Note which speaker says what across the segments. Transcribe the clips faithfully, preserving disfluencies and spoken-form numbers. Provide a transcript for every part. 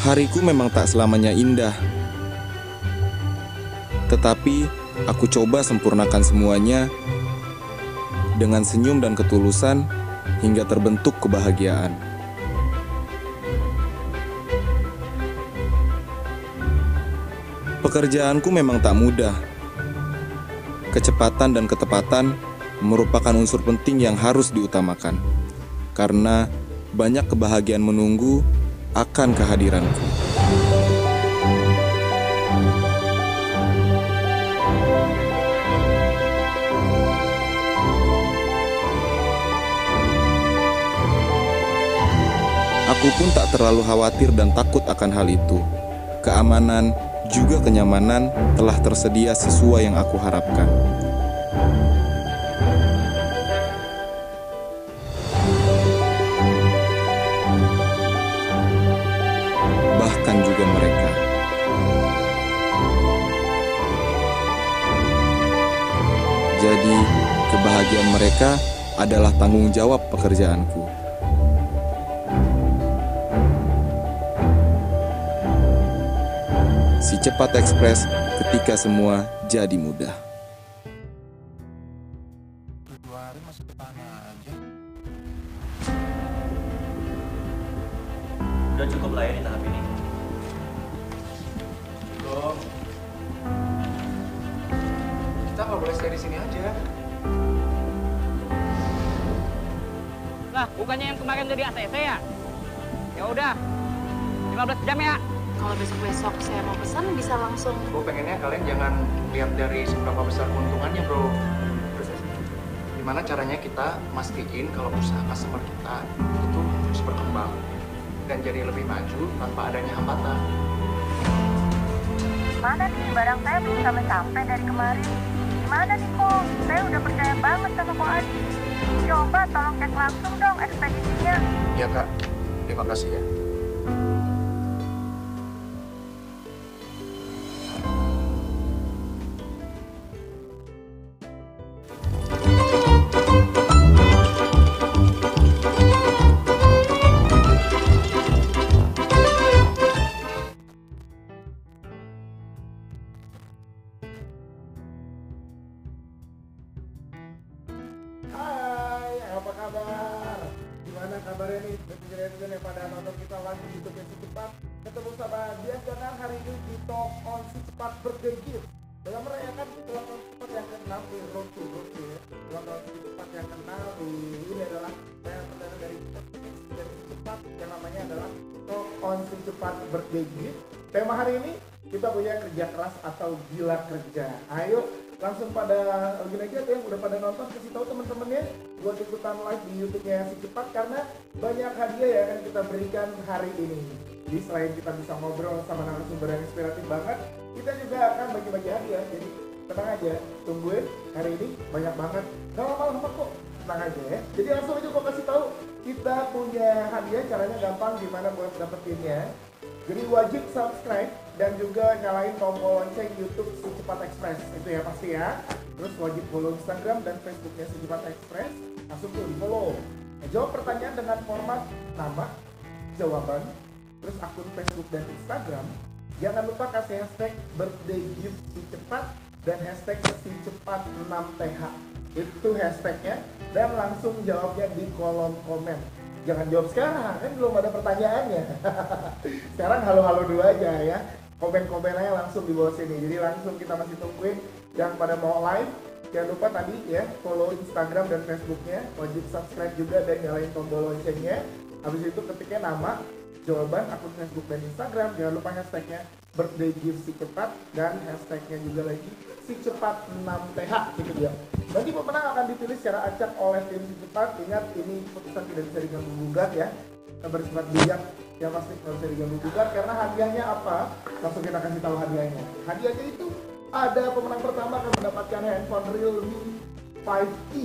Speaker 1: Hariku memang tak selamanya indah, tetapi aku coba sempurnakan semuanya dengan senyum dan ketulusan hingga terbentuk kebahagiaan. Pekerjaanku memang tak mudah. Kecepatan dan ketepatan merupakan unsur penting yang harus diutamakan, karena banyak kebahagiaan menunggu akan kehadiranku. Aku pun tak terlalu khawatir dan takut akan hal itu. Keamanan juga kenyamanan telah tersedia sesuai yang aku harapkan. Bahkan juga mereka. Jadi, kebahagiaan mereka adalah tanggung jawab pekerjaanku. Si Cepat Ekspres, ketika semua jadi mudah.
Speaker 2: Dua hari masih tanya aja.
Speaker 3: Udah cukup lah ya di tahap ini.
Speaker 2: Cukup. Kita nggak boleh stay di sini aja.
Speaker 4: Lah, bukannya yang kemarin udah di A C C ya? Ya udah, lima belas jam ya.
Speaker 5: Kalau besok-besok saya mau pesan bisa langsung.
Speaker 2: Gue pengennya kalian jangan lihat dari seberapa besar keuntungannya, bro. Gimana caranya kita mastiin kalau usaha customer kita itu terus berkembang dan jadi lebih maju tanpa adanya hambatan.
Speaker 6: Mana nih barang saya belum sampai-sampai dari kemarin. Gimana nih kok? Saya udah percaya banget sama Ko Adi. Coba tolong cek langsung dong ekspedisinya.
Speaker 2: Iya kak, terima kasih ya.
Speaker 7: Hai, apa kabar? Gimana kabarnya nih? Netizen-netizen yang pada nonton kita live di YouTube yang Si Cepat. Ketemu sama dia Janar hari ini di Talk on Si Cepat Birthday Gift. Dalam merayakan ulang tahun Si Cepat yang keenam di Road to Road to ya. Ulang tahun Si Cepat yang keenam ini adalah saya perdana dari dari Si Cepat yang namanya adalah Talk on Si Cepat Birthday Gift. Tema hari ini kita punya kerja keras atau gila kerja. Ayo langsung pada login aja tuh yang udah pada nonton, kasih tahu teman-temannya buat ikutan live di YouTube-nya Si Cepat karena banyak hadiah ya akan kita berikan hari ini. Jadi selain kita bisa ngobrol sama narasumber yang inspiratif banget, kita juga akan bagi-bagi hadiah. Jadi tenang aja, tungguin hari ini banyak banget. Gak lama-lama kok, tenang aja ya. Jadi langsung aja kok kasih tahu kita punya hadiah, caranya gampang gimana buat dapetinnya. Jadi wajib subscribe dan juga nyalain tombol lonceng YouTube Si Cepat Ekspres itu ya pasti ya. Terus wajib follow Instagram dan Facebooknya Si Cepat Ekspres, langsung tuh di follow. Nah, jawab pertanyaan dengan format nama, jawaban, terus akun Facebook dan Instagram. Jangan lupa kasih hashtag birthday gift Si Cepat dan hashtag Si Cepat enam T H. Itu hashtagnya dan langsung jawabnya di kolom komen. Jangan jawab sekarang, kan belum ada pertanyaannya. Sekarang halo-halo dulu aja ya. Komen-komen aja langsung di bawah sini. Jadi langsung kita masih tungguin yang pada mau live. Jangan lupa tadi ya, follow Instagram dan Facebooknya. Wajib subscribe juga dan nyalain tombol loncengnya. Habis itu ketiknya nama, jawaban, akun Facebook dan Instagram. Jangan lupa hashtagnya birthday gift Si Cepat dan hashtagnya juga lagi Si Cepat enam T H gitu dia. Nanti pemenang akan dipilih secara acak oleh tim Si Cepat. Ingat ini keputusan tidak bisa diganggu gugat ya. Kita bersifat bijak yang pasti tidak bisa diganggu gugat karena hadiahnya apa? Langsung kita kasih tahu hadiahnya. Hadiahnya itu ada pemenang pertama akan mendapatkan handphone Realme lima E.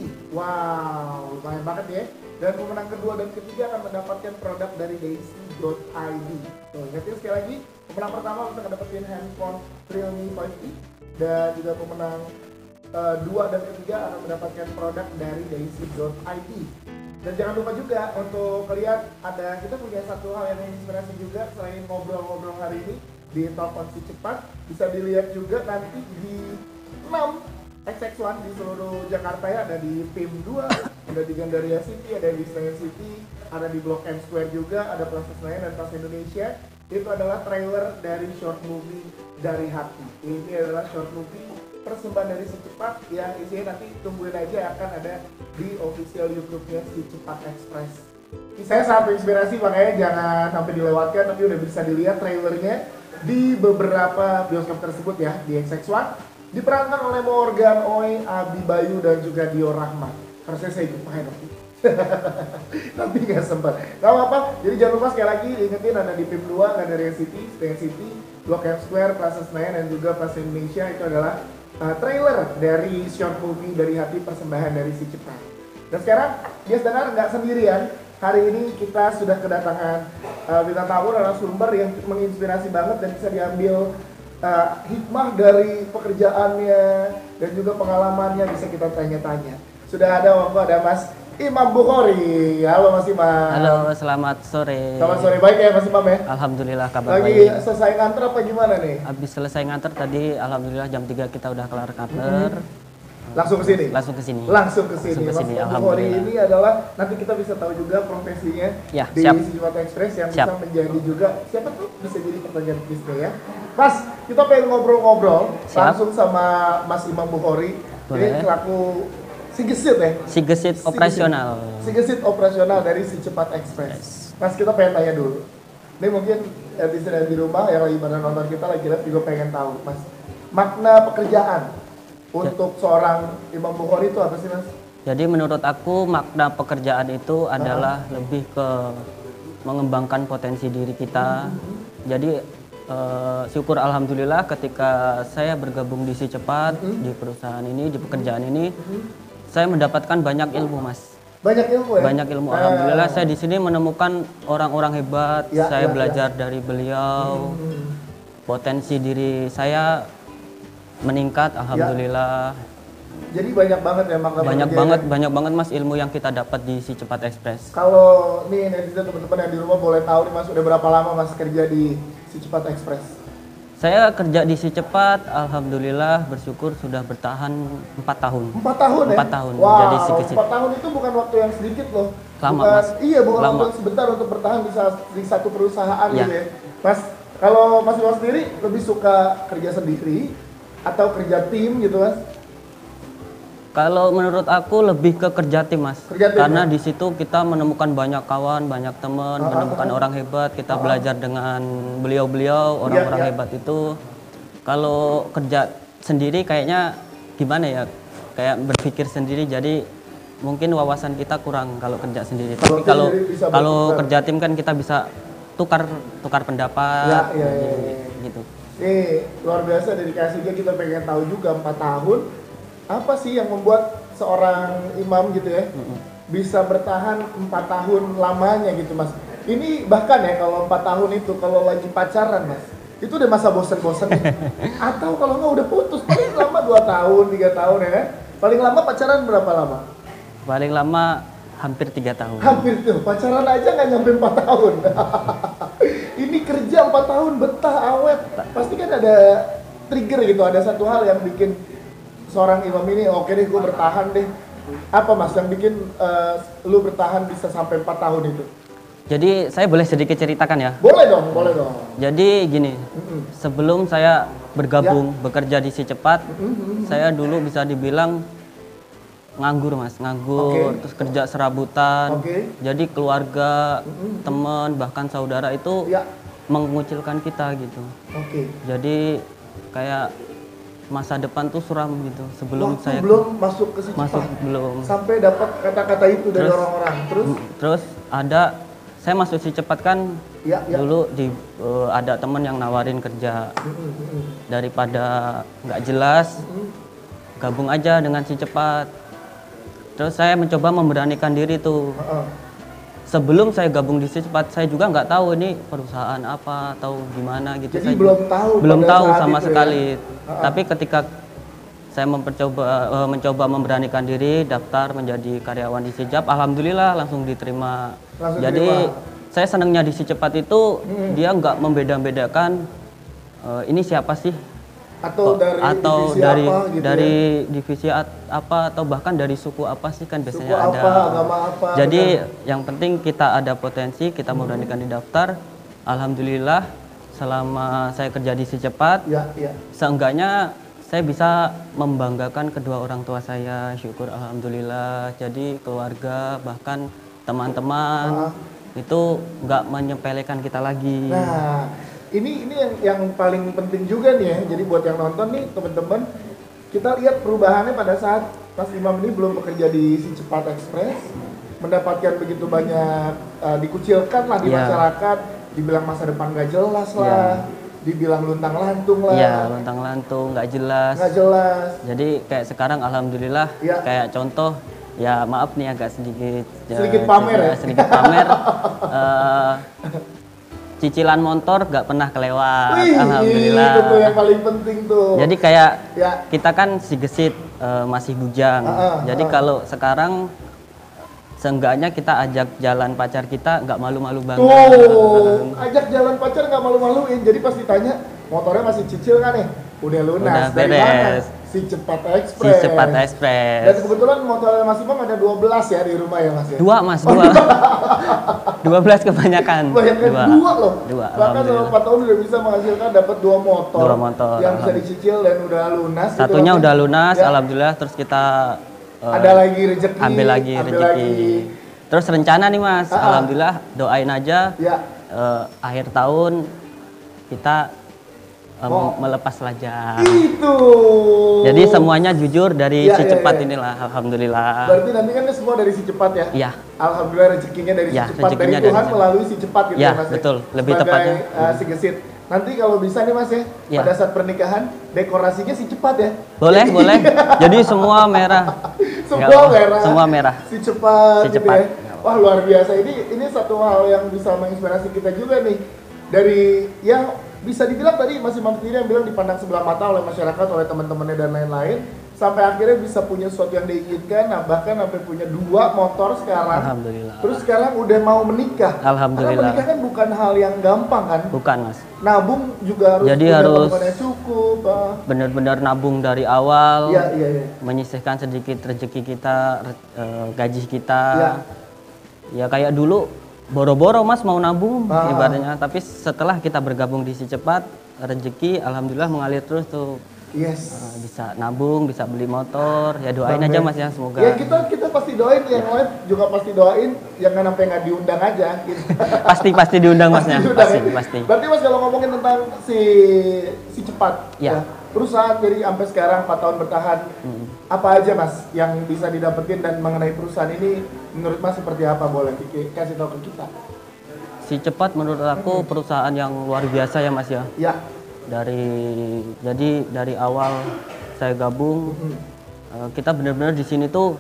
Speaker 7: Wow, lumayan banget ya. Dan pemenang kedua dan ketiga akan mendapatkan produk dari daisy dot i d. Tuh, ingatin sekali lagi, pemenang pertama bisa mendapatkan handphone Realme lima E dan juga pemenang uh, dua dan ketiga akan mendapatkan produk dari daisy dot i d. Dan jangan lupa juga untuk lihat ada kita punya satu hal yang inspirasi juga selain ngobrol-ngobrol hari ini di Talk on Si Cepat, bisa dilihat juga nanti di enam X X satu di seluruh Jakarta ya, ada di P I M dua, ada di Gandaria City, ada di Senayan City, ada di Blok M Square juga, ada Plaza Senayan dan Plaza Indonesia. Itu adalah trailer dari short movie Dari Hati. Ini adalah short movie persembahan dari Si Cepat yang isinya nanti tungguin aja akan ada di official YouTube-nya Si Cepat Express. Saya sangat inspirasi, makanya jangan sampai dilewatkan, tapi udah bisa dilihat trailernya di beberapa bioskop tersebut ya, di X X satu diperankan oleh Morgan Oey, Abi Bayu dan juga Dio Rahman. Harusnya saya ikut pakai nanti tapi nggak sempat, nggak apa-apa. Jadi jangan lupa sekali lagi diingetin ada di P I M dua, Gandaria City, Senayan City, Blok M Square, Plaza Senayan dan juga Plaza Indonesia. Itu adalah uh, trailer dari short movie Dari Hati persembahan dari Si Cepat. Dan sekarang Bias Danar nggak sendirian. Hari ini kita sudah kedatangan uh, bintang tamu narasumber yang menginspirasi banget dan bisa diambil uh, hikmah dari pekerjaannya dan juga pengalamannya, bisa kita tanya-tanya. Sudah ada waktu ada Mas Imam Bukhari. Halo Mas Imam.
Speaker 3: Halo, selamat sore.
Speaker 7: Selamat sore, baik ya Mas Imam ya?
Speaker 3: Alhamdulillah kabar
Speaker 7: Lagi
Speaker 3: baik.
Speaker 7: Lagi selesai nganter apa gimana nih?
Speaker 3: Habis selesai nganter tadi, alhamdulillah jam tiga kita udah kelar nganter.
Speaker 7: Hmm. Langsung ke sini?
Speaker 3: Langsung ke sini.
Speaker 7: Langsung ke sini.
Speaker 3: Langsung ke sini,
Speaker 7: Mas Bukhari ini adalah nanti kita bisa tahu juga profesinya
Speaker 3: ya,
Speaker 7: di
Speaker 3: siap.
Speaker 7: Si Cepat Express yang
Speaker 3: siap.
Speaker 7: bisa menjadi juga siapa tuh bisa jadi pertanyaan bisnya ya. Mas, kita pengen ngobrol-ngobrol langsung sama Mas Imam Bukhari. Ini selaku Si Gesit ya?
Speaker 3: Si Gesit operasional.
Speaker 7: Si Gesit operasional dari Si Cepat Express. Mas, kita pengen tanya dulu. Ini mungkin netizen di rumah yang lagi pada nonton kita lagi lihat juga pengen tahu, Mas. Makna pekerjaan untuk seorang Imam Bukhari itu apa sih, Mas?
Speaker 3: Jadi menurut aku makna pekerjaan itu adalah uh-huh. lebih ke mengembangkan potensi diri kita. Uh-huh. Jadi uh, syukur alhamdulillah ketika saya bergabung di Si Cepat, uh-huh. di perusahaan ini, di pekerjaan ini, uh-huh. saya mendapatkan banyak ilmu, Mas.
Speaker 7: Banyak ilmu ya?
Speaker 3: Banyak ilmu. Alhamdulillah uh, saya di sini menemukan orang-orang hebat. Ya, saya ya, belajar ya. dari beliau. Uh-huh. Potensi diri saya meningkat, alhamdulillah. Ya.
Speaker 7: Jadi banyak banget ya makna
Speaker 3: banyak banget ya? banyak banget Mas ilmu yang kita dapat di Si Cepat Express.
Speaker 7: Kalau nih netizen teman-teman yang di rumah boleh tahu nih Mas udah berapa lama Mas kerja di Si Cepat Express?
Speaker 3: Saya kerja di Si Cepat, alhamdulillah bersyukur sudah bertahan empat tahun.
Speaker 7: empat tahun ya?
Speaker 3: empat tahun.
Speaker 7: Wow,
Speaker 3: jadi si
Speaker 7: empat tahun itu bukan waktu yang sedikit loh.
Speaker 3: Lama,
Speaker 7: bukan,
Speaker 3: Mas.
Speaker 7: Iya, bukan
Speaker 3: Lama.
Speaker 7: waktu yang sebentar untuk bertahan di, di satu perusahaan
Speaker 3: ya.
Speaker 7: gitu ya. Mas, kalau Mas Imam sendiri lebih suka kerja sendiri atau kerja tim gitu, Mas?
Speaker 3: Kalau menurut aku lebih ke kerja tim, Mas.
Speaker 7: Kerja tim,
Speaker 3: Karena
Speaker 7: ya?
Speaker 3: di situ kita menemukan banyak kawan, banyak teman, uh-huh. menemukan orang hebat. Kita uh-huh. belajar dengan beliau-beliau, orang-orang yeah, yeah. hebat itu. Kalau kerja sendiri kayaknya gimana ya? Kayak berpikir sendiri. Jadi mungkin wawasan kita kurang kalau kerja sendiri. Tapi kalau kalau kerja tim kan kita bisa tukar tukar pendapat.
Speaker 7: Ya, ya, ya, ya.
Speaker 3: Gitu.
Speaker 7: Nih, luar biasa dedikasinya, kita pengen tahu juga empat tahun. Apa sih yang membuat seorang imam gitu ya mm-hmm. bisa bertahan empat tahun lamanya gitu, Mas? Ini bahkan ya kalau empat tahun itu kalau lagi pacaran, Mas, itu udah masa bosen-bosen atau kalau nggak udah putus paling lama dua tahun, tiga tahun ya kan? Paling lama pacaran berapa lama?
Speaker 3: Paling lama hampir tiga tahun.
Speaker 7: Hampir tuh, pacaran aja nggak nyampe empat tahun. Ini kerja empat tahun betah awet, pasti kan ada trigger gitu, ada satu hal yang bikin seorang imam ini oke deh gue bertahan deh. Apa Mas yang bikin uh, lu bertahan bisa sampai empat tahun itu?
Speaker 3: Jadi saya boleh sedikit ceritakan ya?
Speaker 7: Boleh dong, boleh dong.
Speaker 3: Jadi gini, mm-hmm. sebelum saya bergabung ya. bekerja di Si Cepat, mm-hmm. saya dulu bisa dibilang nganggur, Mas, nganggur, okay. terus kerja serabutan. Okay. Jadi keluarga, mm-hmm. teman, bahkan saudara itu ya. mengucilkan kita gitu. Okay. Jadi kayak masa depan tuh suram gitu sebelum
Speaker 7: Waktu
Speaker 3: saya
Speaker 7: belum masuk ke Si Cepat.
Speaker 3: Masuk belum.
Speaker 7: Sampai dapat kata-kata itu dari orang-orang. Terus
Speaker 3: terus ada saya masuk Si Cepat kan ya, ya. dulu di uh, ada teman yang nawarin kerja. Mm-hmm. Daripada nggak jelas, mm-hmm. gabung aja dengan Si Cepat. Terus saya mencoba memberanikan diri tuh. Uh-uh. Sebelum saya gabung di Si Cepat, saya juga nggak tahu ini perusahaan apa atau gimana gitu.
Speaker 7: Jadi
Speaker 3: saya
Speaker 7: belum tahu
Speaker 3: belum tahu
Speaker 7: saat
Speaker 3: sama
Speaker 7: itu
Speaker 3: sekali.
Speaker 7: Ya? Uh-uh.
Speaker 3: Tapi ketika saya mempercoba uh, mencoba memberanikan diri daftar menjadi karyawan di Sijap. Alhamdulillah langsung diterima.
Speaker 7: Langsung
Speaker 3: Jadi
Speaker 7: diterima.
Speaker 3: saya senangnya di Si Cepat itu hmm. dia nggak membeda-bedakan uh, ini siapa sih
Speaker 7: atau dari
Speaker 3: atau
Speaker 7: divisi
Speaker 3: dari
Speaker 7: apa, gitu
Speaker 3: dari
Speaker 7: ya?
Speaker 3: divisi apa atau bahkan dari suku apa sih kan biasanya
Speaker 7: Suku
Speaker 3: ada.
Speaker 7: apa, agama apa,
Speaker 3: Jadi
Speaker 7: benar.
Speaker 3: yang penting kita ada potensi, kita hmm. memberanikan di daftar. Alhamdulillah selama saya kerja di Si Cepat,
Speaker 7: ya, ya.
Speaker 3: seenggaknya saya bisa membanggakan kedua orang tua saya, syukur alhamdulillah. Jadi keluarga bahkan teman-teman uh. itu nggak menyepelekan kita lagi.
Speaker 7: Nah, ini ini yang yang paling penting juga nih ya. Jadi buat yang nonton nih teman-teman, kita lihat perubahannya pada saat Mas Imam ini belum bekerja di Si Cepat Express, mendapatkan begitu banyak uh, dikucilkan lah di yeah. masyarakat, dibilang masa depan gak jelas lah. Yeah. Dibilang luntang-lantung lah.
Speaker 3: Iya, luntang-lantung, nggak jelas.
Speaker 7: Nggak jelas.
Speaker 3: Jadi kayak sekarang alhamdulillah, ya. Kayak contoh, ya maaf nih agak sedikit.
Speaker 7: Sedikit pamer ya?
Speaker 3: Sedikit pamer. uh, cicilan motor nggak pernah kelewat,
Speaker 7: Wih,
Speaker 3: alhamdulillah.
Speaker 7: Itu tuh yang paling penting tuh.
Speaker 3: Jadi kayak
Speaker 7: ya.
Speaker 3: kita kan si gesit uh, masih bujang. Uh, uh, Jadi uh. kalau sekarang seenggaknya kita ajak jalan pacar kita nggak malu-malu banget.
Speaker 7: Tuh, ajak jalan pacar nggak malu-maluin. Jadi pas ditanya motornya masih cicil kan nih? Udah lunas.
Speaker 3: Udah
Speaker 7: dari mana?
Speaker 3: beres.
Speaker 7: Si Cepat Express.
Speaker 3: Si Cepat Express.
Speaker 7: Dan kebetulan motornya Mas Imam ada dua belas ya di rumah ya Mas ya?
Speaker 3: Dua Mas, dua. dua belas kebanyakan.
Speaker 7: Kebanyakan dua, dua loh.
Speaker 3: Dua,
Speaker 7: bahkan selama empat tahun udah bisa menghasilkan dapat dua motor.
Speaker 3: Dua motor.
Speaker 7: Yang bisa dicicil dan udah lunas.
Speaker 3: Satunya
Speaker 7: gitu,
Speaker 3: udah lunas,
Speaker 7: ya.
Speaker 3: Alhamdulillah. Terus kita uh,
Speaker 7: ada lagi rezeki.
Speaker 3: Ambil lagi
Speaker 7: ambil
Speaker 3: rezeki.
Speaker 7: Lagi.
Speaker 3: Terus rencana nih Mas,
Speaker 7: Ah,
Speaker 3: alhamdulillah doain aja
Speaker 7: ya.
Speaker 3: uh, akhir tahun kita um,
Speaker 7: oh.
Speaker 3: melepas lajang.
Speaker 7: Itu.
Speaker 3: Jadi semuanya jujur dari
Speaker 7: ya,
Speaker 3: Si
Speaker 7: ya,
Speaker 3: Cepat
Speaker 7: ya.
Speaker 3: inilah, alhamdulillah.
Speaker 7: Berarti nanti kan semua dari Si Cepat ya?
Speaker 3: Iya.
Speaker 7: Alhamdulillah rezekinya dari
Speaker 3: ya,
Speaker 7: Si Cepat, dari Tuhan dari melalui Si Cepat gitu
Speaker 3: ya,
Speaker 7: ya Mas.
Speaker 3: Betul, lebih
Speaker 7: sebagai,
Speaker 3: tepatnya.
Speaker 7: Uh, si gesit. Nanti kalau bisa nih Mas ya, ya, pada saat pernikahan dekorasinya Si Cepat ya.
Speaker 3: Boleh, boleh. Jadi semua merah.
Speaker 7: semua
Speaker 3: Nggak,
Speaker 7: merah.
Speaker 3: Semua merah.
Speaker 7: Si Cepat,
Speaker 3: Si
Speaker 7: gitu
Speaker 3: Cepat.
Speaker 7: ya. Wah luar biasa, ini ini satu hal yang bisa menginspirasi kita juga nih. Dari yang bisa dibilang tadi Mas Imam sendiri yang bilang dipandang sebelah mata oleh masyarakat, oleh teman-temannya dan lain-lain, sampai akhirnya bisa punya sesuatu yang diinginkan, nah bahkan sampai punya dua motor sekarang.
Speaker 3: Alhamdulillah.
Speaker 7: Terus sekarang udah mau menikah.
Speaker 3: Alhamdulillah.
Speaker 7: Karena menikah kan bukan hal yang gampang kan?
Speaker 3: Bukan Mas.
Speaker 7: Nabung juga harus
Speaker 3: Jadi
Speaker 7: punya
Speaker 3: harus
Speaker 7: tabungan yang cukup. Ah.
Speaker 3: Benar-benar nabung dari awal.
Speaker 7: Iya, iya, iya.
Speaker 3: Menyisihkan sedikit rezeki kita, uh, gaji kita.
Speaker 7: Ya.
Speaker 3: Ya kayak dulu boro-boro Mas mau nabung
Speaker 7: ah.
Speaker 3: ibaratnya, tapi setelah kita bergabung di Si Cepat, rezeki alhamdulillah mengalir terus tuh.
Speaker 7: Yes.
Speaker 3: Uh, bisa nabung, bisa beli motor. Ya doain
Speaker 7: Bang,
Speaker 3: aja
Speaker 7: ya.
Speaker 3: Mas ya, semoga.
Speaker 7: Ya kita kita pasti doain, yang lain juga pasti doain, jangan sampai nggak diundang aja. Gitu.
Speaker 3: pasti pasti diundang Masnya.
Speaker 7: Pasti,
Speaker 3: Pasti,
Speaker 7: ya.
Speaker 3: pasti.
Speaker 7: Berarti Mas kalau ngomongin tentang si Si Cepat,
Speaker 3: ya.
Speaker 7: ya perusahaan dari sampai sekarang empat tahun bertahan, hmm. apa aja Mas yang bisa didapetin, dan mengenai perusahaan ini menurut Mas seperti apa, boleh kasih tahu ke kita?
Speaker 3: Si Cepat menurut aku hmm. perusahaan yang luar biasa ya Mas ya.
Speaker 7: Ya.
Speaker 3: Dari jadi dari awal saya gabung, hmm. kita benar-benar di sini tuh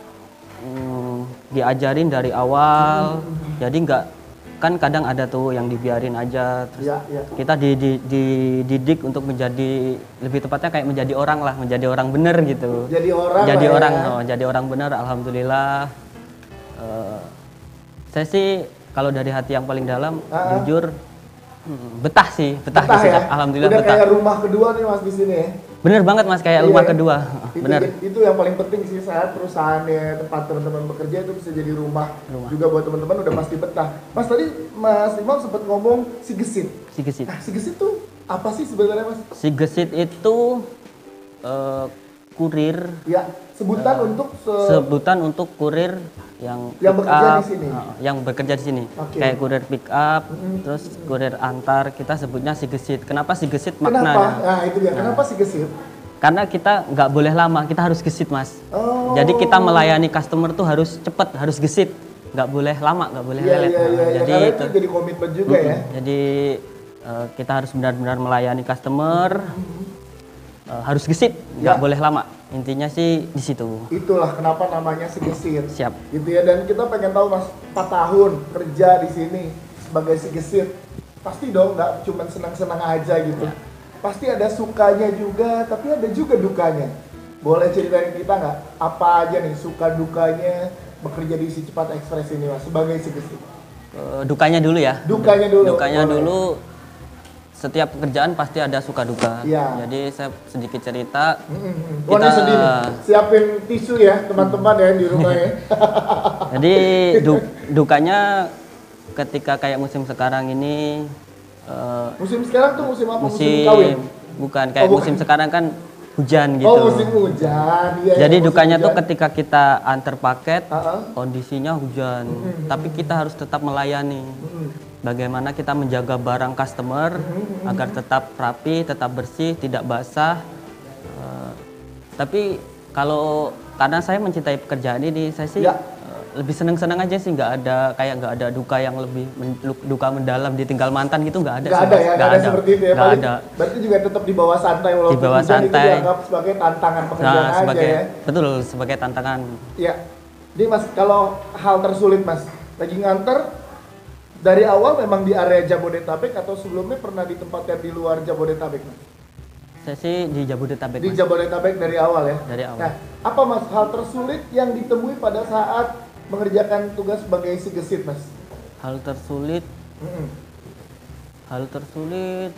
Speaker 3: hmm, diajarin dari awal. Hmm. Jadi nggak, kan kadang ada tuh yang dibiarin aja. Terus
Speaker 7: ya, ya.
Speaker 3: kita dididik untuk menjadi, lebih tepatnya kayak menjadi orang lah, menjadi orang bener gitu.
Speaker 7: Jadi orang.
Speaker 3: Jadi orang,
Speaker 7: ya.
Speaker 3: oh, jadi orang bener. Alhamdulillah. Uh, saya sih kalau dari hati yang paling dalam, uh-huh. jujur. Hmm, betah sih, betah, betah ya? Alhamdulillah.
Speaker 7: Udah
Speaker 3: betah.
Speaker 7: Kayak rumah kedua nih Mas di sini ya.
Speaker 3: Bener banget Mas, kayak iya, rumah kedua.
Speaker 7: Itu,
Speaker 3: bener.
Speaker 7: Itu yang paling penting sih, saat perusahaannya, tempat teman-teman bekerja itu bisa jadi rumah, rumah. Juga buat teman-teman udah pasti betah. Mas tadi Mas Imam sempat ngomong si gesit.
Speaker 3: Si gesit.
Speaker 7: Nah, si gesit tuh apa sih sebenarnya Mas?
Speaker 3: Si gesit itu uh, kurir. Ya,
Speaker 7: sebutan uh, untuk se
Speaker 3: sebutan untuk kurir yang
Speaker 7: yang bekerja
Speaker 3: up,
Speaker 7: di sini.
Speaker 3: Uh, yang bekerja di sini.
Speaker 7: Okay.
Speaker 3: Kayak kurir pick up, mm-hmm. terus kurir antar, kita sebutnya si gesit. Kenapa si gesit maknanya?
Speaker 7: Kenapa? Nah, itu dia. Kenapa si gesit?
Speaker 3: Karena kita nggak boleh lama, kita harus gesit Mas.
Speaker 7: Oh.
Speaker 3: Jadi kita melayani customer tuh harus cepet, harus gesit. Nggak boleh lama, nggak boleh
Speaker 7: ya,
Speaker 3: lelet.
Speaker 7: Ya, ya,
Speaker 3: nah,
Speaker 7: ya.
Speaker 3: Jadi
Speaker 7: Karena
Speaker 3: itu
Speaker 7: itu jadi komitmen juga mm-hmm. ya.
Speaker 3: Jadi uh, kita harus benar-benar melayani customer, mm-hmm. uh, harus gesit, nggak ya. boleh lama. Intinya sih di situ. Itulah kenapa namanya si gesit. Siap.
Speaker 7: Gitu ya, dan kita pengen tahu Mas, empat tahun kerja di sini sebagai si gesit, pasti dong nggak cuma senang-senang aja gitu. Ya. Pasti ada sukanya juga, tapi ada juga dukanya. boleh ceritain kita nggak apa aja nih suka dukanya bekerja di Si Cepat Express ini Mas sebagai si gesit?
Speaker 3: Uh, dukanya dulu ya.
Speaker 7: Dukanya dulu.
Speaker 3: Dukanya
Speaker 7: boleh.
Speaker 3: dulu. Setiap pekerjaan pasti ada suka duka.
Speaker 7: Ya.
Speaker 3: Jadi saya sedikit cerita.
Speaker 7: Mm-hmm.
Speaker 3: Kita,
Speaker 7: Wah, sedih nih. Siapin tisu ya teman-teman ya di rumah ya.
Speaker 3: Jadi du, dukanya ketika kayak musim sekarang ini. Uh,
Speaker 7: musim sekarang tuh musim apa?
Speaker 3: Musim,
Speaker 7: musim kawin?
Speaker 3: Bukan kayak
Speaker 7: oh, bukan.
Speaker 3: musim sekarang kan hujan gitu.
Speaker 7: Oh musim hujan. Ya,
Speaker 3: Jadi
Speaker 7: ya,
Speaker 3: dukanya
Speaker 7: hujan.
Speaker 3: tuh ketika kita antar paket,
Speaker 7: uh-uh.
Speaker 3: kondisinya hujan.
Speaker 7: Mm-hmm. Tapi
Speaker 3: kita harus tetap melayani. Mm-hmm. Bagaimana kita menjaga barang customer mm-hmm. agar tetap rapi, tetap bersih, tidak basah. Uh, tapi kalau karena saya mencintai pekerjaan ini, saya sih ya. uh, lebih seneng-seneng aja sih, nggak ada kayak nggak ada duka yang lebih men, duka mendalam ditinggal mantan gitu, nggak ada.
Speaker 7: Nggak ada ya, nggak ada, ada seperti itu ya.
Speaker 3: Nggak ada.
Speaker 7: Berarti juga tetap di bawah santai walaupun
Speaker 3: di bawah santai.
Speaker 7: Itu dianggap sebagai tantangan pekerjaan
Speaker 3: nah, sebagai,
Speaker 7: aja ya.
Speaker 3: Betul, sebagai tantangan.
Speaker 7: Iya. Jadi Mas, kalau hal tersulit Mas, lagi nganter dari awal memang di area Jabodetabek atau sebelumnya pernah ditempatkan di luar Jabodetabek Mas?
Speaker 3: Saya sih di Jabodetabek.
Speaker 7: Di
Speaker 3: Mas.
Speaker 7: Jabodetabek dari awal ya?
Speaker 3: Dari awal.
Speaker 7: Nah, apa Mas hal tersulit yang ditemui pada saat mengerjakan tugas sebagai si gesit Mas?
Speaker 3: Hal tersulit,
Speaker 7: mm-hmm.
Speaker 3: hal tersulit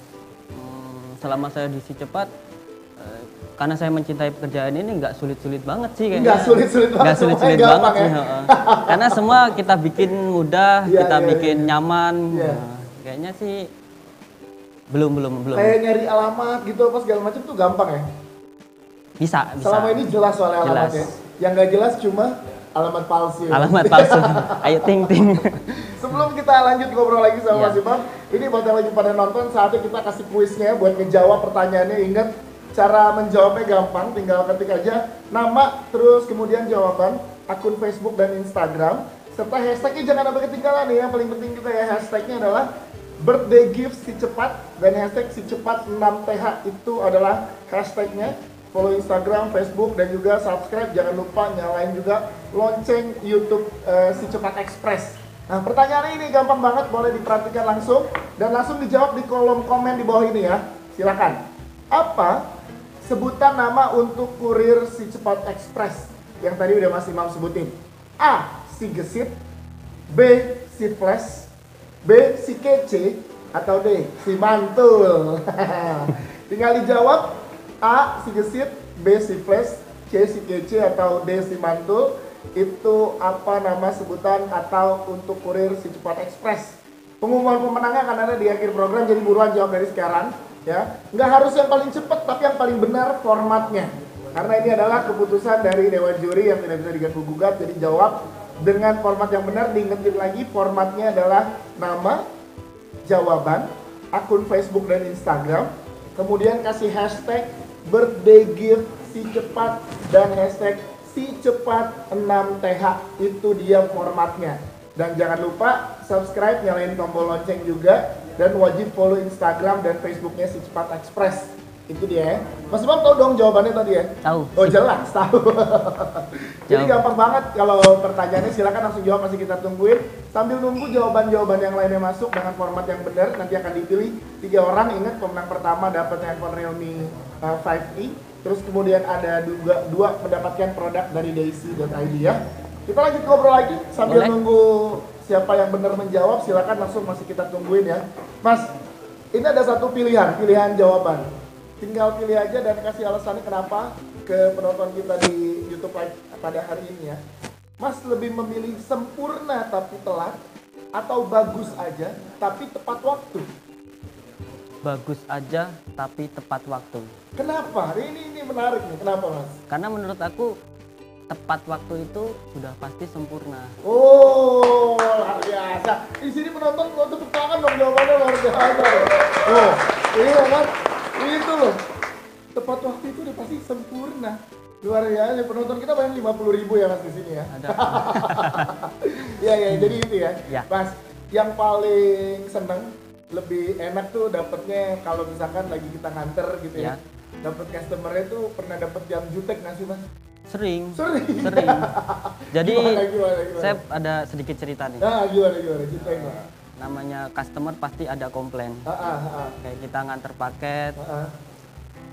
Speaker 3: hmm, selama saya di Si Cepat, eh, karena saya mencintai pekerjaan ini nggak sulit-sulit banget sih kayaknya.
Speaker 7: Nggak sulit-sulit banget,
Speaker 3: nggak sulit-sulit banget
Speaker 7: ya?
Speaker 3: sih. Karena semua kita bikin mudah,
Speaker 7: yeah,
Speaker 3: kita
Speaker 7: yeah,
Speaker 3: bikin
Speaker 7: yeah.
Speaker 3: nyaman.
Speaker 7: Yeah.
Speaker 3: Nah, kayaknya sih belum belum belum.
Speaker 7: Kayak nyari alamat gitu apa segala macam tuh gampang ya?
Speaker 3: Bisa, bisa.
Speaker 7: Selama ini jelas soalnya
Speaker 3: jelas.
Speaker 7: alamatnya. Yang nggak jelas cuma alamat palsu.
Speaker 3: Alamat palsu. Ayo ting ting.
Speaker 7: Sebelum kita lanjut ngobrol lagi sama
Speaker 3: yeah.
Speaker 7: Mas Imam, ini buat yang lagi pada nonton, saatnya kita kasih kuisnya buat ngejawab pertanyaannya. Ingat, cara menjawabnya gampang, tinggal ketik aja nama, terus kemudian jawaban, akun Facebook dan Instagram, serta hashtagnya jangan sampai ketinggalan nih. Yang paling penting kita ya, hashtagnya adalah birthday gift Si Cepat dan hashtag Si Cepat enam T H itu adalah hashtagnya. Follow Instagram, Facebook, dan juga subscribe. Jangan lupa nyalain juga lonceng YouTube uh, Si Cepat Express. Nah, pertanyaannya ini gampang banget, boleh diperhatikan langsung dan langsung dijawab di kolom komen di bawah ini ya. Silakan. Apa sebutan nama untuk kurir Si Cepat Express yang tadi udah Mas Imam sebutin? A. Si Gesit, B. Si Flash, B. Si Kece, atau D. Si Mantul. Tinggal dijawab. A. Si Gesit, B. Si Flash, C. Si Kece, atau D. Si Mantul. Itu apa nama sebutan atau untuk kurir Si Cepat Express. Pengumuman pemenangnya akan ada di akhir program, jadi buruan jawab dari sekarang ya. Nggak harus yang paling cepat, tapi yang paling benar formatnya, karena ini adalah keputusan dari Dewan Juri yang tidak bisa diganggu gugat. Jadi jawab dengan format yang benar. Diingetin lagi, formatnya adalah nama, jawaban, akun Facebook dan Instagram, kemudian kasih hashtag birthday gift Si Cepat dan hashtag Si Cepat enam T H. Itu dia formatnya. Dan jangan lupa subscribe, nyalain tombol lonceng juga, dan wajib follow Instagram dan Facebooknya Si Cepat Express. Itu dia ya. Mas Imam tahu dong jawabannya tadi ya?
Speaker 3: Tahu.
Speaker 7: Oh jelas, tahu. Jadi gampang banget kalau pertanyaannya, silakan langsung jawab, masih kita tungguin. Sambil nunggu jawaban-jawaban yang lainnya masuk dengan format yang benar, nanti akan dipilih tiga orang. Ingat, pemenang pertama dapat handphone Realme uh, lima E. Terus kemudian ada dua, dua mendapatkan produk dari daisy dot I D ya. Kita lanjut ngobrol lagi sambil Boleh. nunggu siapa yang benar menjawab. Silakan langsung, masih kita tungguin ya. Mas, ini ada satu pilihan, pilihan jawaban. Tinggal pilih aja dan kasih alasannya kenapa ke penonton kita di YouTube Live pada hari ini ya. Mas lebih memilih sempurna tapi telat, atau bagus aja tapi tepat waktu?
Speaker 3: Bagus aja tapi tepat waktu.
Speaker 7: Kenapa? Ini ini menarik nih. Kenapa Mas?
Speaker 3: Karena menurut aku tepat waktu itu sudah pasti sempurna.
Speaker 7: Oh, luar biasa. Di sini penonton mau tepuk tangan dong, jawabannya luar biasa. Oh, ini kan, itu loh. Tepat waktu itu udah pasti sempurna. Luar biasa. Penonton kita banyak lima puluh ribu ya Mas di sini ya.
Speaker 3: Ada.
Speaker 7: Iya ya, jadi itu ya.
Speaker 3: Ya.
Speaker 7: Mas, yang paling seneng, lebih enak tuh dapetnya kalau misalkan lagi kita nganter gitu ya. ya. Dapat customernya tuh pernah dapet jam jutek nggak sih Mas?
Speaker 3: Sering.
Speaker 7: Sering.
Speaker 3: Sering. Jadi
Speaker 7: gimana, gimana, gimana?
Speaker 3: saya ada sedikit cerita nih.
Speaker 7: Nah, gimana gimana ceritain Mas.
Speaker 3: Namanya customer pasti ada komplain.
Speaker 7: Ah, ah, ah.
Speaker 3: Kayak kita nganter paket.
Speaker 7: Ah, ah.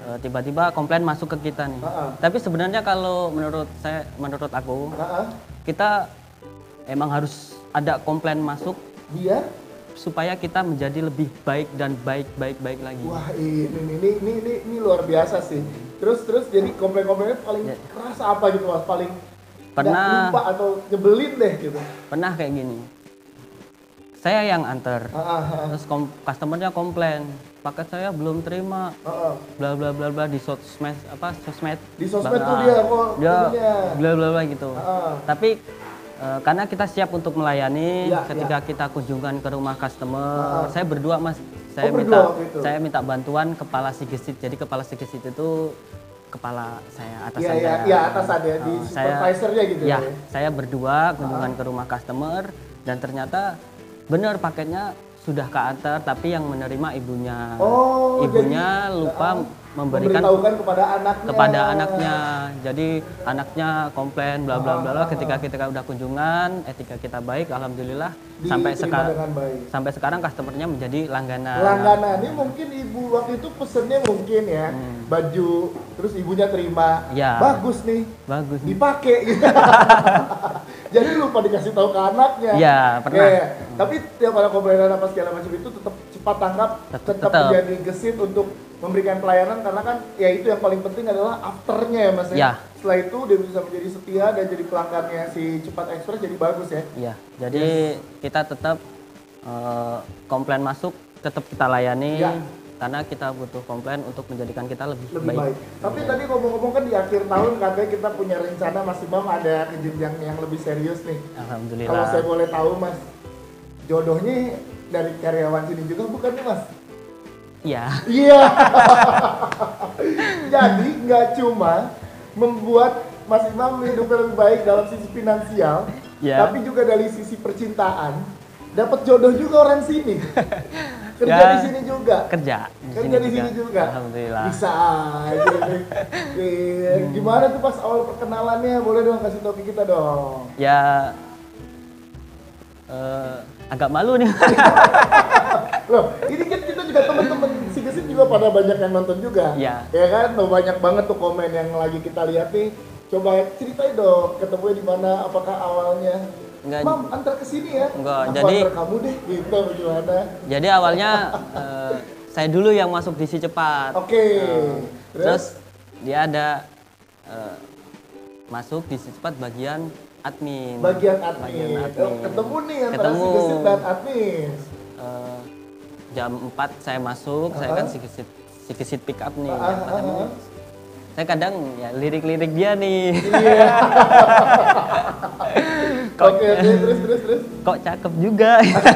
Speaker 3: eh, tiba-tiba komplain masuk ke kita nih.
Speaker 7: Ha-ha.
Speaker 3: Tapi sebenarnya kalau menurut saya, menurut aku,
Speaker 7: Ha-ha.
Speaker 3: kita emang harus ada komplain masuk
Speaker 7: Biar
Speaker 3: supaya kita menjadi lebih baik dan baik baik baik lagi.
Speaker 7: wah ini ini ini ini, ini, ini luar biasa sih. Terus terus jadi komplain-komplainnya paling
Speaker 3: Ya.
Speaker 7: keras apa gitu Mas? Paling nggak
Speaker 3: Pernah-
Speaker 7: lupa atau nyebelin deh gitu.
Speaker 3: Pernah kayak gini. Saya yang antar,
Speaker 7: Ha, ha, ha.
Speaker 3: terus kom- customernya komplain, paket saya belum terima,
Speaker 7: Ha, ha.
Speaker 3: bla bla bla bla di sosmed apa sosmed.
Speaker 7: Di sosmed
Speaker 3: Bla-
Speaker 7: tuh dia kok
Speaker 3: dia
Speaker 7: ininya.
Speaker 3: bla bla bla gitu.
Speaker 7: Ha.
Speaker 3: Tapi eh, karena kita siap untuk melayani,
Speaker 7: Ya,
Speaker 3: ketika
Speaker 7: ya.
Speaker 3: kita kunjungan ke rumah customer,
Speaker 7: Ha.
Speaker 3: saya berdua mas, saya
Speaker 7: berdua
Speaker 3: minta
Speaker 7: waktu itu?
Speaker 3: saya minta bantuan kepala Sigesit. Jadi kepala Sigesit itu kepala saya, atasan
Speaker 7: Iya iya
Speaker 3: saya.
Speaker 7: iya atas ada di
Speaker 3: Oh, saya-
Speaker 7: supervisornya gitu
Speaker 3: Ya,
Speaker 7: ya.
Speaker 3: saya berdua kunjungan ke rumah customer dan ternyata benar paketnya sudah keantar tapi yang menerima ibunya.
Speaker 7: Oh,
Speaker 3: ibunya
Speaker 7: jadi,
Speaker 3: lupa
Speaker 7: uh,
Speaker 3: memberikan
Speaker 7: memberitahukan kepada anaknya.
Speaker 3: kepada anaknya. Jadi anaknya komplain bla bla bla bla.
Speaker 7: Ah,
Speaker 3: Ketika kita udah kunjungan, etika kita baik, alhamdulillah
Speaker 7: Diterima
Speaker 3: sampai sekarang
Speaker 7: dengan baik.
Speaker 3: sampai sekarang customernya menjadi langganan.
Speaker 7: Langganan ini mungkin ibu waktu itu pesennya mungkin ya baju, terus ibunya terima,
Speaker 3: Hmm. Ya.
Speaker 7: bagus nih,
Speaker 3: Bagus.
Speaker 7: dipakai gitu. Jadi lupa dikasih tahu ke anaknya.
Speaker 3: Iya, pernah.
Speaker 7: Iya. Tapi tiap ada komplainan apa segala macam itu tetap cepat tanggap,
Speaker 3: Tetap-
Speaker 7: tetap
Speaker 3: tetap.
Speaker 7: menjadi gesit untuk memberikan pelayanan karena kan ya itu yang paling penting adalah afternya ya Mas ya.
Speaker 3: Ya.
Speaker 7: Setelah itu dia bisa menjadi setia dan jadi pelanggannya si Cepat Express jadi bagus ya.
Speaker 3: Iya, jadi kita tetap eh, komplain masuk tetap kita layani
Speaker 7: Ya.
Speaker 3: karena kita butuh komplain untuk menjadikan kita lebih,
Speaker 7: Lebih baik. Tapi tadi ngomong-ngomong kan di akhir tahun katanya kita punya rencana Mas Imam ada ke jenjang yang lebih serius nih.
Speaker 3: Alhamdulillah.
Speaker 7: Kalau saya boleh tahu Mas, jodohnya dari karyawan sini juga bukan nih Mas?
Speaker 3: Iya.
Speaker 7: Iya. Jadi nggak cuma membuat Mas Imam hidupnya lebih baik dalam sisi finansial,
Speaker 3: Ya.
Speaker 7: tapi juga dari sisi percintaan, dapat jodoh juga orang sini. Kerja
Speaker 3: Ya.
Speaker 7: di sini juga.
Speaker 3: Kerja di
Speaker 7: Kerja di sini juga.
Speaker 3: Alhamdulillah.
Speaker 7: Bisa aja nih. Iya, gimana tuh pas awal perkenalannya? Boleh dong kasih tahu ke kita dong.
Speaker 3: Ya eh, agak malu nih.
Speaker 7: Loh, ini kan kita juga teman-teman si Gesit juga pada banyak yang nonton juga.
Speaker 3: Iya.
Speaker 7: Ya kan, tuh banyak banget tuh komen yang lagi kita lihat nih. Coba ceritain dong, ketemunya di mana? Apakah awalnya?
Speaker 3: Enggak.
Speaker 7: Mam, antar ke sini ya.
Speaker 3: Enggak,
Speaker 7: Aku
Speaker 3: jadi-
Speaker 7: antar kamu deh, gitu gimana?
Speaker 3: Jadi awalnya eh, saya dulu yang masuk di Si Cepat.
Speaker 7: Oke.
Speaker 3: Eh,
Speaker 7: Terus?
Speaker 3: terus dia ada eh, masuk di Si Cepat bagian admin.
Speaker 7: Bagian admin.
Speaker 3: Bagian
Speaker 7: Oh, ketemu nih antara
Speaker 3: Ketemu.
Speaker 7: si Gesit dan admin.
Speaker 3: Eh, jam empat saya masuk, saya kan si Gesit si Gesit pick up nih.
Speaker 7: Ah,
Speaker 3: jam
Speaker 7: ah,
Speaker 3: empat
Speaker 7: ah, ah.
Speaker 3: Saya kadang ya lirik-lirik dia nih.
Speaker 7: Iya.
Speaker 3: Kok-
Speaker 7: Oke, oke, terus terus terus.
Speaker 3: Kok cakep juga.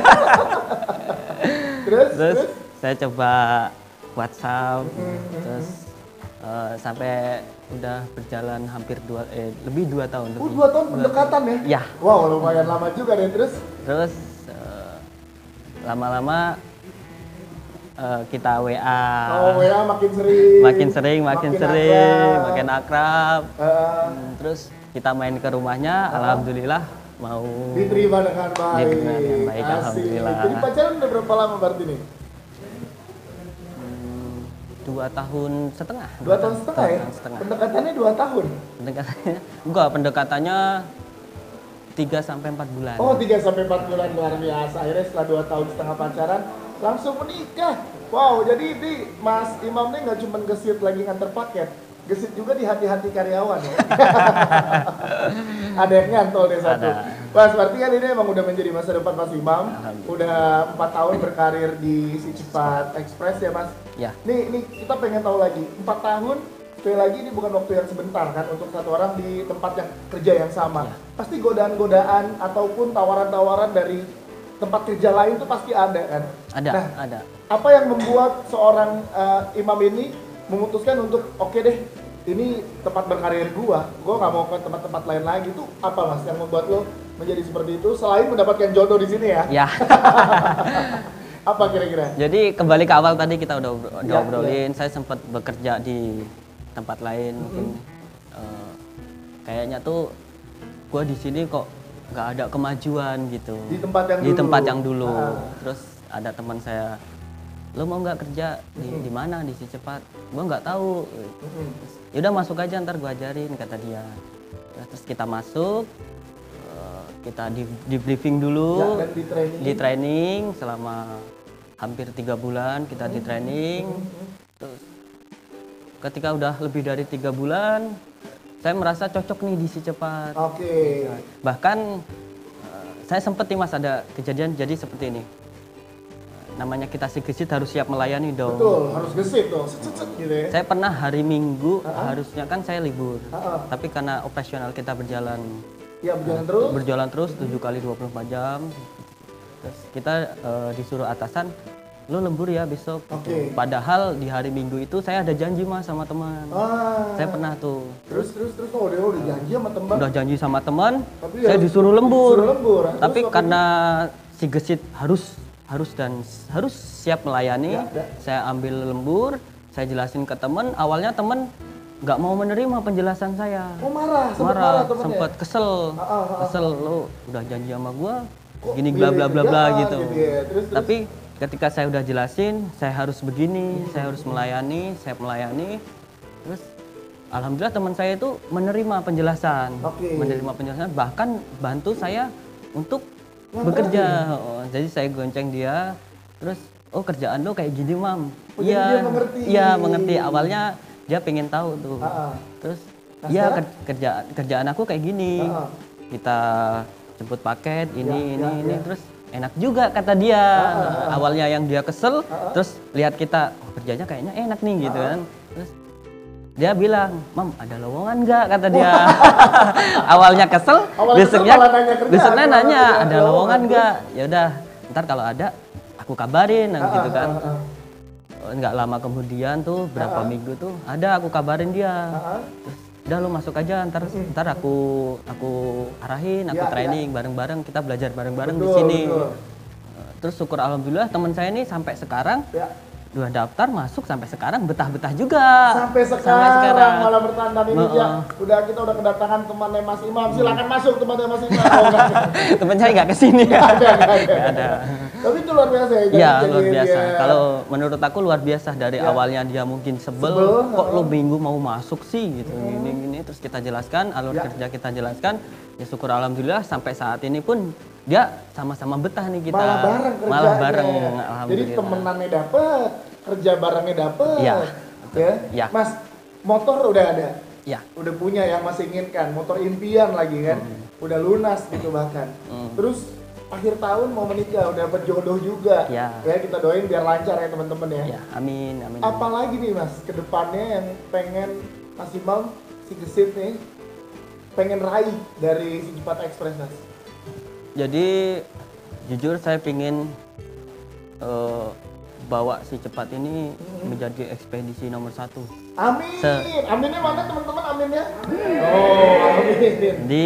Speaker 7: Terus
Speaker 3: Terus
Speaker 7: terus.
Speaker 3: saya coba WhatsApp,
Speaker 7: Hmm,
Speaker 3: terus eh, sampai udah berjalan hampir dua eh lebih dua tahun
Speaker 7: Oh,
Speaker 3: lebih.
Speaker 7: dua tahun pendekatan ya?
Speaker 3: Ya.
Speaker 7: Wow, lumayan lama juga deh. Terus
Speaker 3: Terus eh, lama-lama eh, kita W A.
Speaker 7: oh ya makin sering.
Speaker 3: Makin sering, makin, sering,
Speaker 7: akrab.
Speaker 3: makin akrab.
Speaker 7: Eh,
Speaker 3: Hmm, Terus kita main ke rumahnya, alhamdulillah mau
Speaker 7: diterima dengan baik.
Speaker 3: Diterima dengan baik,
Speaker 7: Asik.
Speaker 3: alhamdulillah.
Speaker 7: Jadi pacaran udah berapa lama berarti nih?
Speaker 3: hmm, dua tahun setengah.
Speaker 7: Dua tahun setengah ya?
Speaker 3: tahun setengah.
Speaker 7: Pendekatannya dua tahun.
Speaker 3: Pendekatannya enggak, pendekatannya tiga sampai empat bulan.
Speaker 7: Oh, tiga sampai empat bulan luar biasa. Akhirnya setelah dua tahun setengah pacaran langsung menikah. Wow, jadi ini Mas Imam nih nggak cuma gesit lagi nganter paket, gesit juga di hati-hati karyawan ya. Ada yang nyantol deh satu.
Speaker 3: Ada.
Speaker 7: Mas, berarti kan ini emang udah menjadi masa depan Mas Imam.
Speaker 3: Alhamdulillah.
Speaker 7: Udah empat tahun berkarir di Si Cepat Express ya Mas.
Speaker 3: Ya.
Speaker 7: Nih, nih kita pengen tahu lagi, empat tahun, sekali lagi ini bukan waktu yang sebentar kan untuk satu orang di tempat yang kerja yang sama.
Speaker 3: Ya.
Speaker 7: Pasti godaan-godaan ataupun tawaran-tawaran dari tempat kerja lain tuh pasti ada kan?
Speaker 3: Ada,
Speaker 7: Nah,
Speaker 3: ada.
Speaker 7: apa yang membuat seorang eh, imam ini memutuskan untuk oke deh, ini tempat berkarir gua, gua nggak mau ke tempat-tempat lain lagi tuh apa Mas yang membuat lo menjadi seperti itu selain mendapatkan jodoh di sini ya?
Speaker 3: Ya.
Speaker 7: Apa kira-kira?
Speaker 3: Jadi kembali ke awal tadi kita udah obro- udah
Speaker 7: Ya,
Speaker 3: obrolin, saya sempat bekerja di tempat lain mungkin eh, kayaknya tuh gua di sini kok nggak ada kemajuan gitu.
Speaker 7: Di tempat yang
Speaker 3: Di
Speaker 7: dulu.
Speaker 3: tempat yang dulu.
Speaker 7: Ah.
Speaker 3: Terus ada teman saya lo mau nggak kerja di, di mana di si cepat? Gue nggak tahu. Ya udah masuk aja ntar gue ajarin kata dia. Terus kita masuk, uh, kita di, di briefing dulu,
Speaker 7: ya, dan di training.
Speaker 3: di training selama hampir tiga bulan kita di training. Terus ketika udah lebih dari tiga bulan, saya merasa cocok nih di si cepat.
Speaker 7: Oke. Okay.
Speaker 3: Bahkan uh, saya sempat nih mas ada kejadian jadi seperti ini. Namanya kita si gesit harus siap melayani dong.
Speaker 7: Betul, harus gesit dong, set-set gitu ya.
Speaker 3: Saya pernah hari Minggu,
Speaker 7: uh-huh.
Speaker 3: harusnya kan saya libur. Uh-huh. Tapi karena operasional kita berjalan
Speaker 7: ya, berjalan terus.
Speaker 3: Berjalan terus tujuh kali dua puluh empat jam. Terus kita uh, disuruh atasan, lo lembur ya besok.
Speaker 7: Okay.
Speaker 3: Padahal di hari Minggu itu saya ada janji mas sama teman. Ah. Saya pernah tuh.
Speaker 7: Terus terus terus oh dia udah janji sama teman.
Speaker 3: Udah janji sama teman.
Speaker 7: Tapi
Speaker 3: saya
Speaker 7: ya,
Speaker 3: disuruh lembur.
Speaker 7: Disuruh lembur.
Speaker 3: Tapi terus, karena si gesit harus harus dan harus siap melayani, ya, ya. Saya ambil lembur, saya jelasin ke teman. Awalnya teman nggak mau menerima penjelasan saya.
Speaker 7: Oh marah,
Speaker 3: sempat marah, marah sempat kesel, ah, ah, ah. kesel lo udah janji sama gua, kok gini bla bla bla bla gitu. gitu ya. terus, terus. Tapi ketika saya udah jelasin, saya harus begini, hmm. saya harus melayani, saya melayani, terus alhamdulillah teman saya itu menerima penjelasan, okay. menerima penjelasan, bahkan bantu saya untuk Wah, bekerja. Oh, jadi saya gonceng dia, terus oh kerjaan lo kayak gini mam.
Speaker 7: Iya, oh, mengerti.
Speaker 3: Iya mengerti. Awalnya dia pengen tahu tuh. Uh-uh. Terus iya nah, kerjaan kerjaan aku kayak gini. Uh-uh. Kita jemput paket ini ya, ini ya, ini ya. Terus enak juga kata dia. Uh-uh. Awalnya yang dia kesel, uh-uh. terus lihat kita oh, kerjanya kayaknya enak nih gitu uh-uh. kan. Terus dia bilang, mam ada lowongan nggak kata dia. Awalnya kesel, Awalnya besoknya kesel, besoknya nanya ada lowongan nggak. Ya udah, ntar kalau ada aku kabarin uh, gitu kan. Uh, uh, uh. Nggak lama kemudian tuh berapa uh, uh. minggu tuh ada aku kabarin dia. Uh, uh. Terus, udah lo masuk aja, ntar ntar aku aku arahin, aku ya, training ya. bareng-bareng, kita belajar bareng-bareng di sini. Betul. Terus syukur alhamdulillah teman saya ini sampai sekarang. Ya. Dua daftar masuk sampai sekarang betah-betah juga.
Speaker 7: Sampai sekarang, sampai sekarang. malah bertanda ini uh, ya. Udah kita udah kedatangan temannya Mas Imam. Silakan hmm. masuk temannya Mas Imam. Oh,
Speaker 3: teman saya nggak kesini. Nggak ada, nggak ada. ada.
Speaker 7: Tapi itu luar biasa ya.
Speaker 3: Iya luar biasa. Dia... Kalau menurut aku luar biasa dari ya. awalnya dia mungkin sebel, sebel kok uh, lo minggu mau masuk sih gitu. Hmm. Gini gini terus kita jelaskan alur ya. kerja kita jelaskan. Ya syukur alhamdulillah sampai saat ini pun dia sama-sama betah nih kita.
Speaker 7: Malah bareng kerjanya.
Speaker 3: Malah bareng.
Speaker 7: Jadi temenannya dapet, kerja barengnya dapet.
Speaker 3: Iya.
Speaker 7: Ya.
Speaker 3: ya.
Speaker 7: Mas, motor udah ada.
Speaker 3: Iya.
Speaker 7: Udah punya yang masih inginkan, motor impian lagi kan. Hmm. Udah lunas gitu bahkan. Hmm. Terus akhir tahun mau menikah, udah dapet jodoh juga.
Speaker 3: Ya.
Speaker 7: Ya kita doain biar lancar ya teman-teman ya.
Speaker 3: Ya, amin, amin.
Speaker 7: Apalagi nih Mas, kedepannya yang pengen Mas Imam si gesit nih pengen raih dari si Cepat Express Mas?
Speaker 3: Jadi jujur saya pingin uh, bawa si Cepat ini hmm. menjadi ekspedisi nomor satu.
Speaker 7: Amin. Se- Aminnya mana teman-teman aminnya? Oh amin.
Speaker 3: Di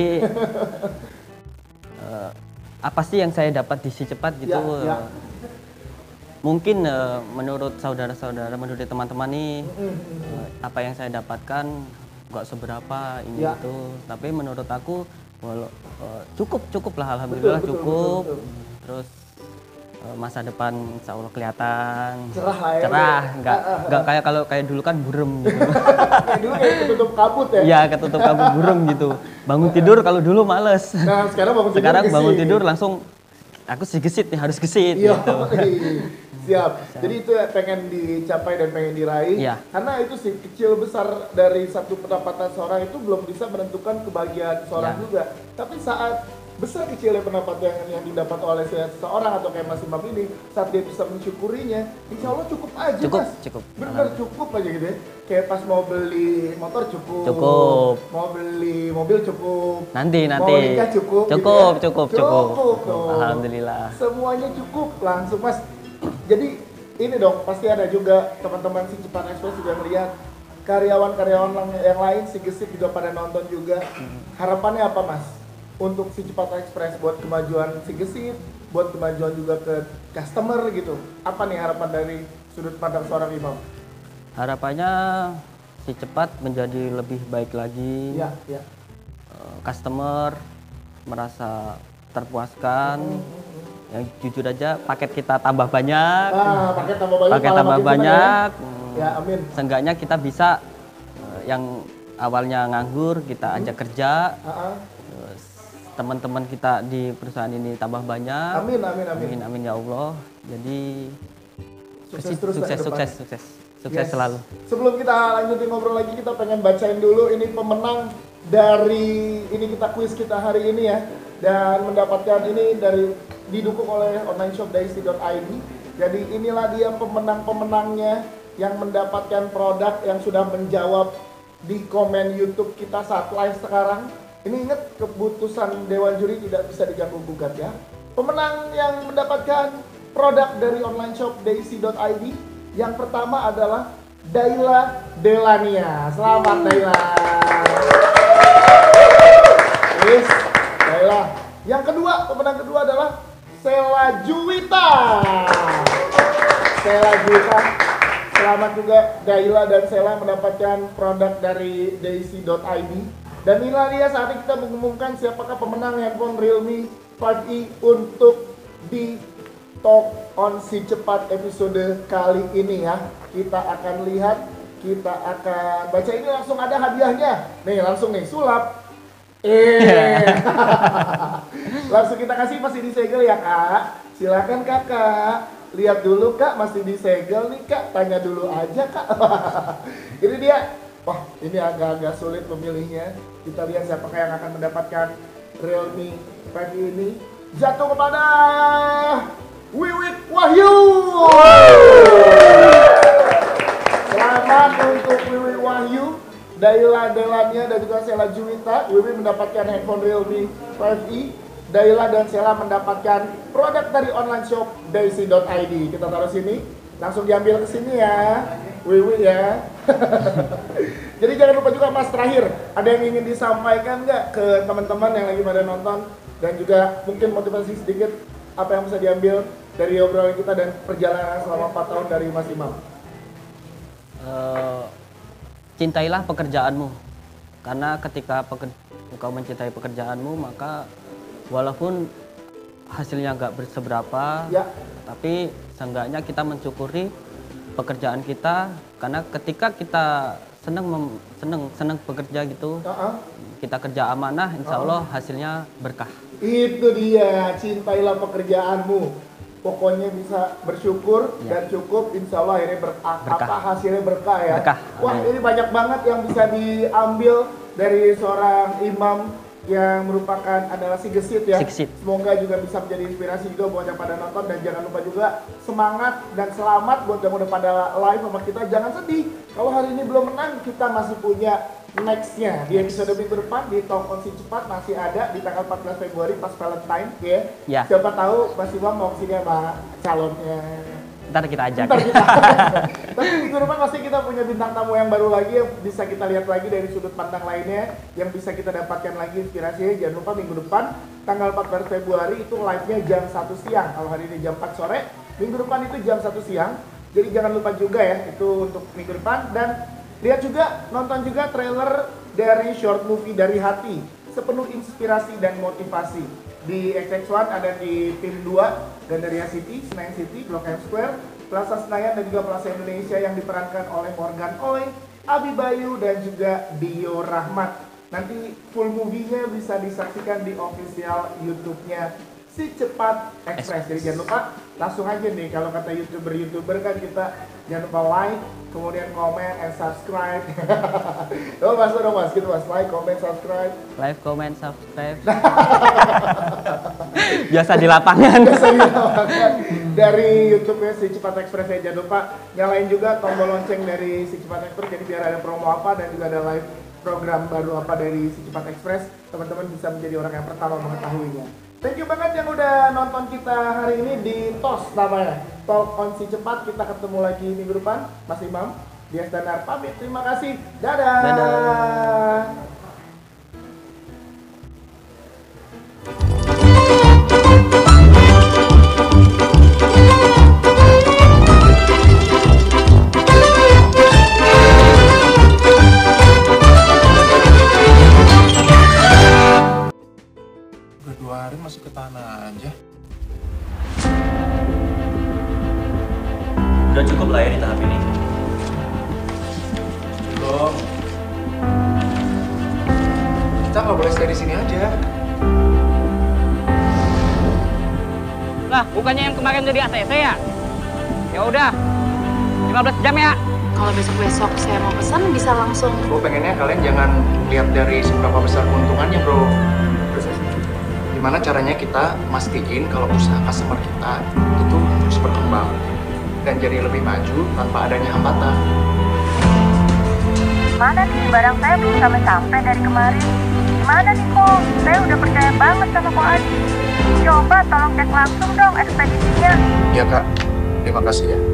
Speaker 3: uh, apa sih yang saya dapat di si Cepat gitu? Ya, ya. Uh, mungkin uh, menurut saudara-saudara, menurut teman-teman nih hmm. uh, apa yang saya dapatkan nggak seberapa ini ya. itu. Tapi menurut aku walau, uh, cukup cukup lah alhamdulillah betul, cukup. Betul, betul, betul. Terus uh, masa depan insya Allah kelihatan
Speaker 7: cerah lah ya.
Speaker 3: Cerah, nggak nggak kayak kalau kayak dulu kan burem gitu.
Speaker 7: Kayak dulu kayak ketutup kabut ya.
Speaker 3: Iya ketutup kabut burem gitu. Bangun tidur kalau dulu males.
Speaker 7: Nah sekarang bangun tidur.
Speaker 3: Sekarang bangun tidur langsung aku sih gesit nih harus gesit.
Speaker 7: Iya.
Speaker 3: Gitu.
Speaker 7: Siap. Jadi itu ya pengen dicapai dan pengen diraih.
Speaker 3: Ya.
Speaker 7: Karena itu sih kecil besar dari satu pendapatan seorang itu belum bisa menentukan kebahagiaan seorang ya. juga. Tapi saat besar kecilnya pendapatan yang, yang didapat oleh seseorang atau kayak Mas Imam ini, saat dia bisa mensyukurinya, insya Allah cukup aja
Speaker 3: cukup,
Speaker 7: Mas.
Speaker 3: Cukup.
Speaker 7: Bener cukup aja gitu ya. Kayak pas mau beli motor cukup.
Speaker 3: Cukup.
Speaker 7: Mau beli mobil cukup.
Speaker 3: Nanti nanti.
Speaker 7: Mau nikah cukup.
Speaker 3: Cukup,
Speaker 7: gitu ya.
Speaker 3: cukup, cukup.
Speaker 7: Cukup. Cukup.
Speaker 3: Alhamdulillah.
Speaker 7: Semuanya cukup langsung Mas. Jadi ini dong pasti ada juga teman-teman si Cepat Express juga melihat karyawan-karyawan yang lain si gesit juga pada nonton juga. Harapannya apa Mas untuk si Cepat Express buat kemajuan si gesit, buat kemajuan juga ke customer gitu? Apa nih harapan dari sudut pandang seorang Imam?
Speaker 3: Harapannya si Cepat menjadi lebih baik lagi.
Speaker 7: Ya, ya.
Speaker 3: Customer merasa terpuaskan. Hmm. Yang jujur aja paket kita tambah banyak.
Speaker 7: Ah, paket tambah banyak.
Speaker 3: Paket
Speaker 7: malah
Speaker 3: tambah
Speaker 7: makin seneng
Speaker 3: banyak.
Speaker 7: Ya. Ya, amin.
Speaker 3: Seenggaknya kita bisa uh, yang awalnya nganggur kita ajak kerja.
Speaker 7: Uh-uh.
Speaker 3: Terus teman-teman kita di perusahaan ini tambah banyak.
Speaker 7: Amin, amin, amin.
Speaker 3: Amin, amin ya Allah. Jadi
Speaker 7: Sukses
Speaker 3: Sukses,
Speaker 7: terus
Speaker 3: sukses,
Speaker 7: ke depan.
Speaker 3: sukses, sukses, sukses
Speaker 7: Yes.
Speaker 3: selalu.
Speaker 7: Sebelum kita lanjutin ngobrol lagi, kita pengen bacain dulu ini pemenang dari ini kita kuis kita hari ini ya. Dan mendapatkan ini dari didukung oleh online shop daisy dot i d. Jadi inilah dia pemenang-pemenangnya yang mendapatkan produk yang sudah menjawab di komen YouTube kita saat live sekarang. Ini ingat, keputusan Dewan Juri tidak bisa diganggu gugat ya. Pemenang yang mendapatkan produk dari online shop daisy dot i d yang pertama adalah Daila Delania. Selamat Daila. Yes, Daila. Yang kedua, pemenang kedua adalah Sela Juwita. Sela Juwita. Selamat juga Daila dan Sela mendapatkan produk dari daisy dot i d. Dan inilah dia saat ini kita mengumumkan siapakah pemenang handphone Realme lima i untuk di Talk on Si Cepat episode kali ini ya. Kita akan lihat, kita akan baca, ini langsung ada hadiahnya. Nih langsung nih, sulap. Eh. Langsung kita kasih, masih disegel ya kak. Silakan kakak. Lihat dulu kak, masih disegel nih kak. Tanya dulu aja kak. Ini dia. Wah, ini agak-agak sulit memilihnya. Kita lihat siapakah yang akan mendapatkan Realme lima i ini. Jatuh kepada Wiwit Wahyu. Selamat untuk Wiwit Wahyu, Daila Delania dan juga Sela Juwita. Wiwit mendapatkan handphone Realme lima i. Daila dan Sela mendapatkan produk dari online shop daisy dot i d. Kita taruh sini, langsung diambil ke sini ya, Wiwit ya. Jadi jangan lupa juga Mas, terakhir ada yang ingin disampaikan nggak ke teman-teman yang lagi pada nonton, dan juga mungkin motivasi sedikit apa yang bisa diambil dari obrolan kita dan perjalanan selama empat tahun dari Mas Imam?
Speaker 3: Uh, cintailah pekerjaanmu, karena ketika peker, engkau mencintai pekerjaanmu, maka walaupun hasilnya nggak seberapa,
Speaker 7: ya,
Speaker 3: tapi seenggaknya kita mensyukuri pekerjaan kita, karena ketika kita senang mem, senang senang bekerja gitu,
Speaker 7: uh-uh.
Speaker 3: kita kerja amanah, insya Allah uh-uh. hasilnya berkah.
Speaker 7: Itu dia, cintailah pekerjaanmu. Pokoknya bisa bersyukur ya, dan cukup, insya Allah ini berkah.
Speaker 3: berkah.
Speaker 7: Apa hasilnya berkah ya.
Speaker 3: Berkah.
Speaker 7: Wah, ini banyak banget yang bisa diambil dari seorang imam yang merupakan adalah si Gesit ya.
Speaker 3: Si Gesit.
Speaker 7: Semoga juga bisa menjadi inspirasi juga buat yang pada nonton, dan jangan lupa juga semangat dan selamat buat yang udah pada live sama kita. Jangan sedih kalau hari ini belum menang, kita masih punya next-nya di episode minggu depan di Talk on Si Cepat, masih ada di tanggal empat belas Februari pas Valentine ya.
Speaker 3: Ya.
Speaker 7: Siapa tahu Mas Imam mau kesini sama calonnya.
Speaker 3: Ntar kita ajak.
Speaker 7: Ntar kita Tapi minggu depan pasti kita punya bintang tamu yang baru lagi, yang bisa kita lihat lagi dari sudut pandang lainnya, yang bisa kita dapatkan lagi inspirasinya. Jangan lupa minggu depan tanggal empat belas Februari itu live-nya jam satu siang. Kalau hari ini jam empat sore, minggu depan itu jam satu siang. Jadi jangan lupa juga ya, itu untuk minggu depan. Dan lihat juga, nonton juga trailer dari short movie Dari Hati, sepenuh inspirasi dan motivasi. Di X X satu ada di Tim dua, Gandaria City, Senayan City, Blok M Square, Plaza Senayan dan juga Plaza Indonesia, yang diperankan oleh Morgan Oey, Abi Bayu dan juga Dio Rahmat. Nanti full movie-nya bisa disaksikan di official YouTube-nya Si Cepat Express. Jadi jangan lupa, langsung aja nih, kalau kata YouTuber-YouTuber kan kita jangan lupa like, kemudian komen, and subscribe. Coba mas, dong mas, gitu mas, like, comment, subscribe.
Speaker 3: Like, comment, subscribe. Biasa di lapangan.
Speaker 7: Biasa di lapangan. Dari YouTube-nya Si Cepat Express ya. Jangan lupa nyalain juga tombol lonceng dari Si Cepat Express, jadi biar ada promo apa dan juga ada live program baru apa dari Si Cepat Express, teman-teman bisa menjadi orang yang pertama mengetahuinya. Thank you banget yang udah nonton kita hari ini di T O S namanya, Talk on Si Cepat. Kita ketemu lagi minggu depan. Mas Imam, Dias Danar pamit. Terima kasih. Dadah. Dadah.
Speaker 1: Udah dua hari masih ke tanah aja.
Speaker 8: Udah cukup lah ya di tahap ini.
Speaker 2: Belum. Kita nggak boleh stay di sini aja.
Speaker 4: Lah, bukannya yang kemarin udah di A C C ya? Ya udah, lima belas jam ya.
Speaker 5: Kalau besok-besok saya mau pesan bisa langsung.
Speaker 2: Gue pengennya kalian jangan lihat dari seberapa besar keuntungannya, bro. Gimana caranya kita mastiin kalau usaha customer kita itu terus berkembang dan jadi lebih maju tanpa adanya hambatan.
Speaker 6: Mana nih barang saya belum sampai-sampai dari kemarin. Gimana nih kok? Saya udah percaya banget sama Ko Adi. Coba tolong cek langsung dong ekspedisinya.
Speaker 2: Iya kak, terima kasih ya.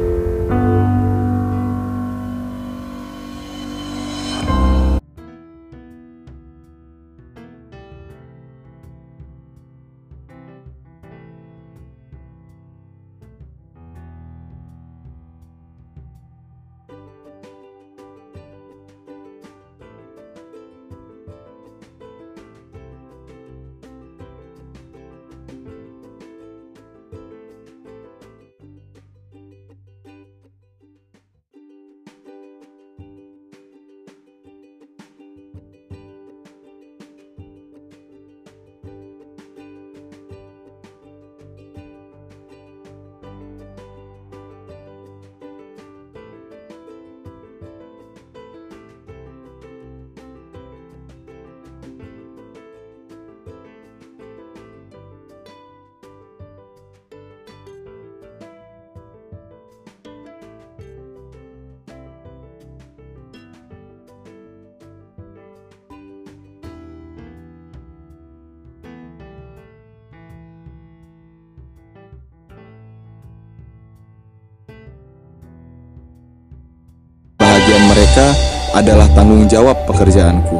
Speaker 1: Kebahagiaan mereka adalah tanggung jawab pekerjaanku.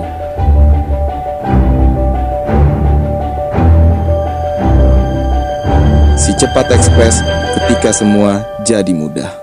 Speaker 1: Si Cepat Express, ketika semua jadi mudah.